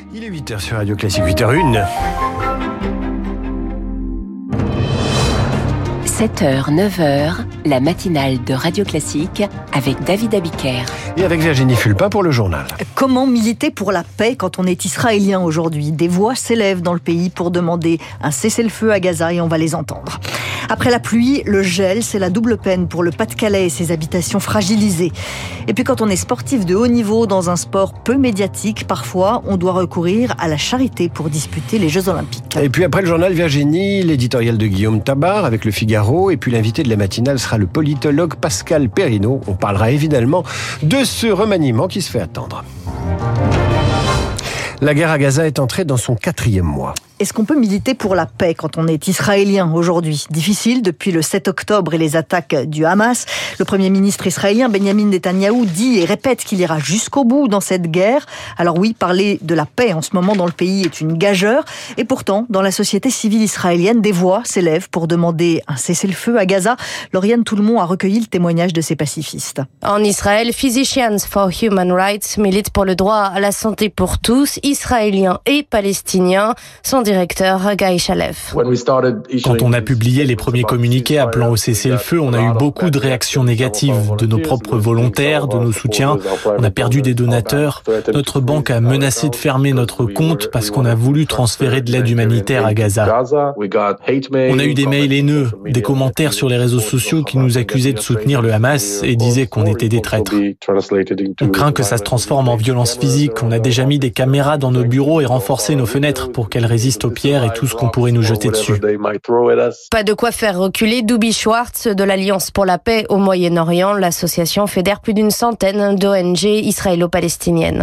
Il est 8h sur Radio Classique, 8h01. 7h, 9h, la matinale de Radio Classique avec David Abiker. Et avec Virginie Fulpin pour le journal. Comment militer pour la paix quand on est israélien aujourd'hui ? Des voix s'élèvent dans le pays pour demander un cessez-le-feu à Gaza et on va les entendre. Après la pluie, le gel, c'est la double peine pour le Pas-de-Calais et ses habitations fragilisées. Et puis quand on est sportif de haut niveau dans un sport peu médiatique, parfois on doit recourir à la charité pour disputer les Jeux Olympiques. Et puis après le journal, Virginie, l'éditorial de Guillaume Tabar avec le Figaro. Et puis l'invité de la matinale sera le politologue Pascal Perrineau. On parlera évidemment de ce remaniement qui se fait attendre. La guerre à Gaza est entrée dans son 4e mois. Est-ce qu'on peut militer pour la paix quand on est israélien aujourd'hui ? Difficile depuis le 7 octobre et les attaques du Hamas. Le Premier ministre israélien Benjamin Netanyahou dit et répète qu'il ira jusqu'au bout dans cette guerre. Alors oui, parler de la paix en ce moment dans le pays est une gageure. Et pourtant, dans la société civile israélienne, des voix s'élèvent pour demander un cessez-le-feu à Gaza. Lauriane Toulmont a recueilli le témoignage de ces pacifistes. En Israël, Physicians for Human Rights milite pour le droit à la santé pour tous, israéliens et palestiniens. Son directeur Guy Chalev. Quand on a publié les premiers communiqués appelant au cessez-le-feu, on a eu beaucoup de réactions négatives de nos propres volontaires, de nos soutiens. On a perdu des donateurs. Notre banque a menacé de fermer notre compte parce qu'on a voulu transférer de l'aide humanitaire à Gaza. On a eu des mails haineux, des commentaires sur les réseaux sociaux qui nous accusaient de soutenir le Hamas et disaient qu'on était des traîtres. On craint que ça se transforme en violence physique. On a déjà mis des caméras dans nos bureaux et renforcé nos fenêtres pour qu'elles résistent aux pierres et tout ce qu'on pourrait nous jeter dessus. Pas de quoi faire reculer Doubi Schwartz de l'Alliance pour la paix au Moyen-Orient. L'association fédère plus d'une centaine d'ONG israélo-palestiniennes.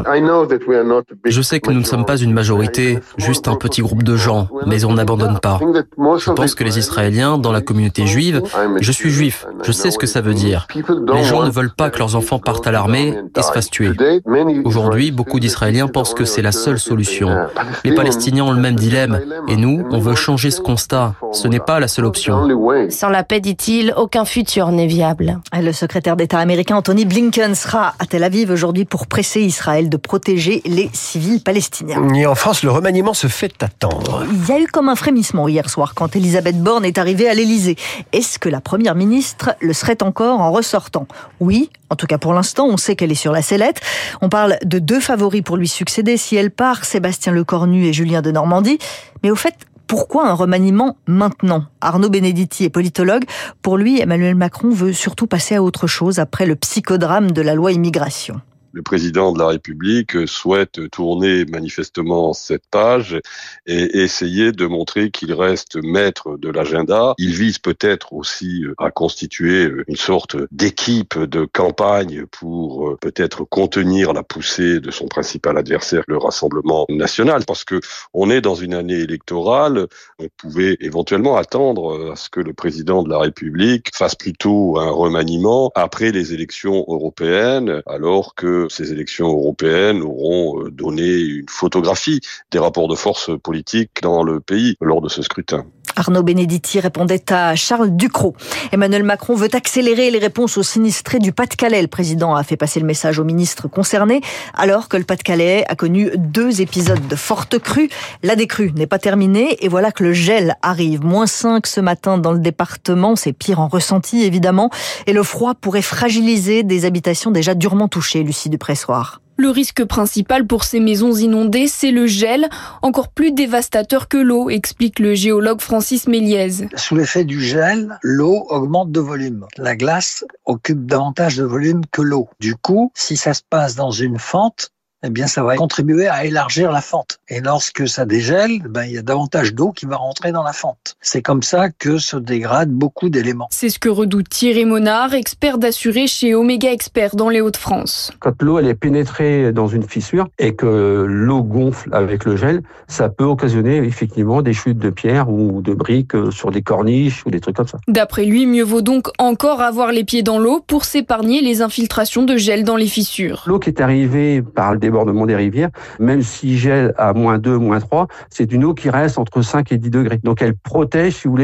Je sais que nous ne sommes pas une majorité, juste un petit groupe de gens, mais on n'abandonne pas. Je pense que les Israéliens, dans la communauté juive, je suis juif, je sais ce que ça veut dire. Les gens ne veulent pas que leurs enfants partent à l'armée et se fassent tuer. Aujourd'hui, beaucoup d'Israéliens pensent que c'est la seule solution. Les Palestiniens ont le même dilemme. Et nous, on veut changer ce constat. Ce n'est pas la seule option. Sans la paix, dit-il, aucun futur n'est viable. Le secrétaire d'État américain Anthony Blinken sera à Tel Aviv aujourd'hui pour presser Israël de protéger les civils palestiniens. Et en France, le remaniement se fait attendre. Il y a eu comme un frémissement hier soir quand Elisabeth Borne est arrivée à l'Élysée. Est-ce que la première ministre le serait encore en ressortant ? Oui, en tout cas pour l'instant, on sait qu'elle est sur la sellette. On parle de 2 favoris pour lui succéder si elle part, Sébastien Lecornu et Julien Denormandie. Mais au fait, pourquoi un remaniement maintenant ? Arnaud Benedetti est politologue. Pour lui, Emmanuel Macron veut surtout passer à autre chose après le psychodrame de la loi immigration. Le président de la République souhaite tourner manifestement cette page et essayer de montrer qu'il reste maître de l'agenda. Il vise peut-être aussi à constituer une sorte d'équipe de campagne pour peut-être contenir la poussée de son principal adversaire, le Rassemblement national, parce que on est dans une année électorale. On pouvait éventuellement attendre à ce que le président de la République fasse plutôt un remaniement après les élections européennes, alors que ces élections européennes auront donné une photographie des rapports de force politiques dans le pays lors de ce scrutin. Arnaud Benedetti répondait à Charles Ducrot. Emmanuel Macron veut accélérer les réponses aux sinistrés du Pas-de-Calais. Le président a fait passer le message aux ministres concernés, alors que le Pas-de-Calais a connu 2 épisodes de fortes crues. La décrue n'est pas terminée et voilà que le gel arrive. -5 ce matin dans le département, c'est pire en ressenti évidemment. Et le froid pourrait fragiliser des habitations déjà durement touchées, Lucie Dupressoir. Le risque principal pour ces maisons inondées, c'est le gel, encore plus dévastateur que l'eau, explique le géologue Francis Méliez. Sous l'effet du gel, l'eau augmente de volume. La glace occupe davantage de volume que l'eau. Du coup, si ça se passe dans une fente, eh bien, ça va contribuer à élargir la fente. Et lorsque ça dégèle, il y a davantage d'eau qui va rentrer dans la fente. C'est comme ça que se dégradent beaucoup d'éléments. C'est ce que redoute Thierry Monard, expert d'assuré chez Omega Expert dans les Hauts-de-France. Quand l'eau elle est pénétrée dans une fissure et que l'eau gonfle avec le gel, ça peut occasionner effectivement des chutes de pierres ou de briques sur des corniches ou des trucs comme ça. D'après lui, mieux vaut donc encore avoir les pieds dans l'eau pour s'épargner les infiltrations de gel dans les fissures. L'eau qui est arrivée par le débordement des rivières, même si gèle à -2, -3, c'est une eau qui reste entre 5 et 10 degrés. Donc elle protège, si vous voulez,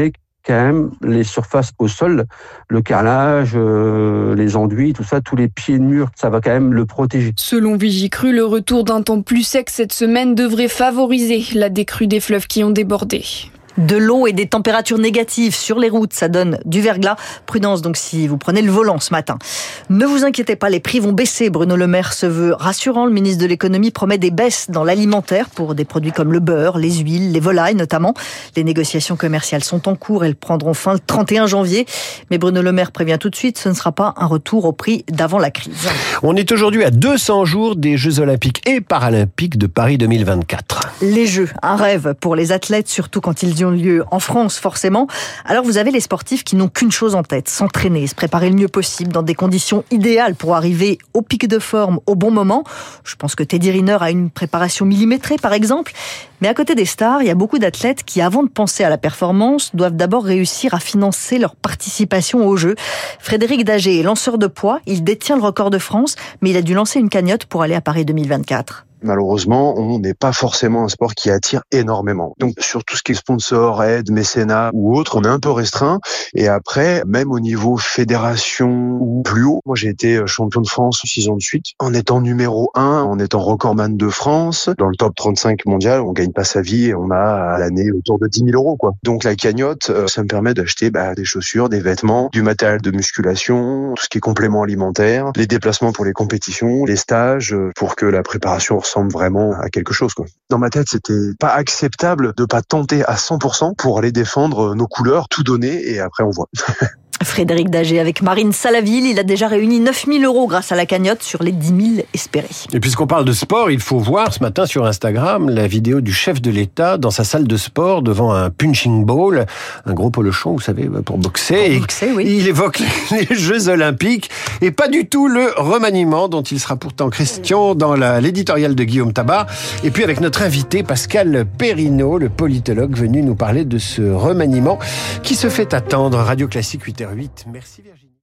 quand même les surfaces au sol, le carrelage, les enduits, tout ça, tous les pieds de mur, ça va quand même le protéger. Selon Vigicru, le retour d'un temps plus sec cette semaine devrait favoriser la décrue des fleuves qui ont débordé. De l'eau et des températures négatives sur les routes, ça donne du verglas. Prudence donc si vous prenez le volant ce matin. Ne vous inquiétez pas, les prix vont baisser. Bruno Le Maire se veut rassurant. Le ministre de l'économie promet des baisses dans l'alimentaire pour des produits comme le beurre, les huiles, les volailles notamment. Les négociations commerciales sont en cours. Elles prendront fin le 31 janvier. Mais Bruno Le Maire prévient tout de suite, ce ne sera pas un retour au prix d'avant la crise. On est aujourd'hui à 200 jours des Jeux Olympiques et Paralympiques de Paris 2024. Les Jeux, un rêve pour les athlètes, surtout quand ils ont lieu en France, forcément. Alors vous avez les sportifs qui n'ont qu'une chose en tête, s'entraîner, se préparer le mieux possible dans des conditions idéales pour arriver au pic de forme au bon moment. Je pense que Teddy Riner a une préparation millimétrée, par exemple. Mais à côté des stars, il y a beaucoup d'athlètes qui, avant de penser à la performance, doivent d'abord réussir à financer leur participation aux Jeux. Frédéric Daget est lanceur de poids, il détient le record de France, mais il a dû lancer une cagnotte pour aller à Paris 2024. Malheureusement, on n'est pas forcément un sport qui attire énormément. Donc, sur tout ce qui est sponsor, aide, mécénat ou autre, on est un peu restreint. Et après, même au niveau fédération ou plus haut, moi j'ai été champion de France 6 ans de suite, en étant numéro 1, en étant recordman de France. Dans le top 35 mondial, on gagne pas sa vie et on a à l'année autour de 10 000 euros, quoi. Donc la cagnotte, ça me permet d'acheter des chaussures, des vêtements, du matériel de musculation, tout ce qui est complément alimentaire, les déplacements pour les compétitions, les stages, pour que la préparation ressemble vraiment à quelque chose, quoi. Dans ma tête, c'était pas acceptable de pas tenter à 100% pour aller défendre nos couleurs, tout donner et après on voit. Frédéric Daget avec Marine Salaville, il a déjà réuni 9 000 euros grâce à la cagnotte sur les 10 000 espérés. Et puisqu'on parle de sport, il faut voir ce matin sur Instagram la vidéo du chef de l'État dans sa salle de sport devant un punching ball, un gros polochon, vous savez, pour boxer. Oui. Il évoque les Jeux Olympiques et pas du tout le remaniement dont il sera pourtant question dans l'éditorial de Guillaume Tabar. Et puis avec notre invité Pascal Perrineau, le politologue venu nous parler de ce remaniement qui se fait attendre. Radio Classique 8h08. Merci Virginie.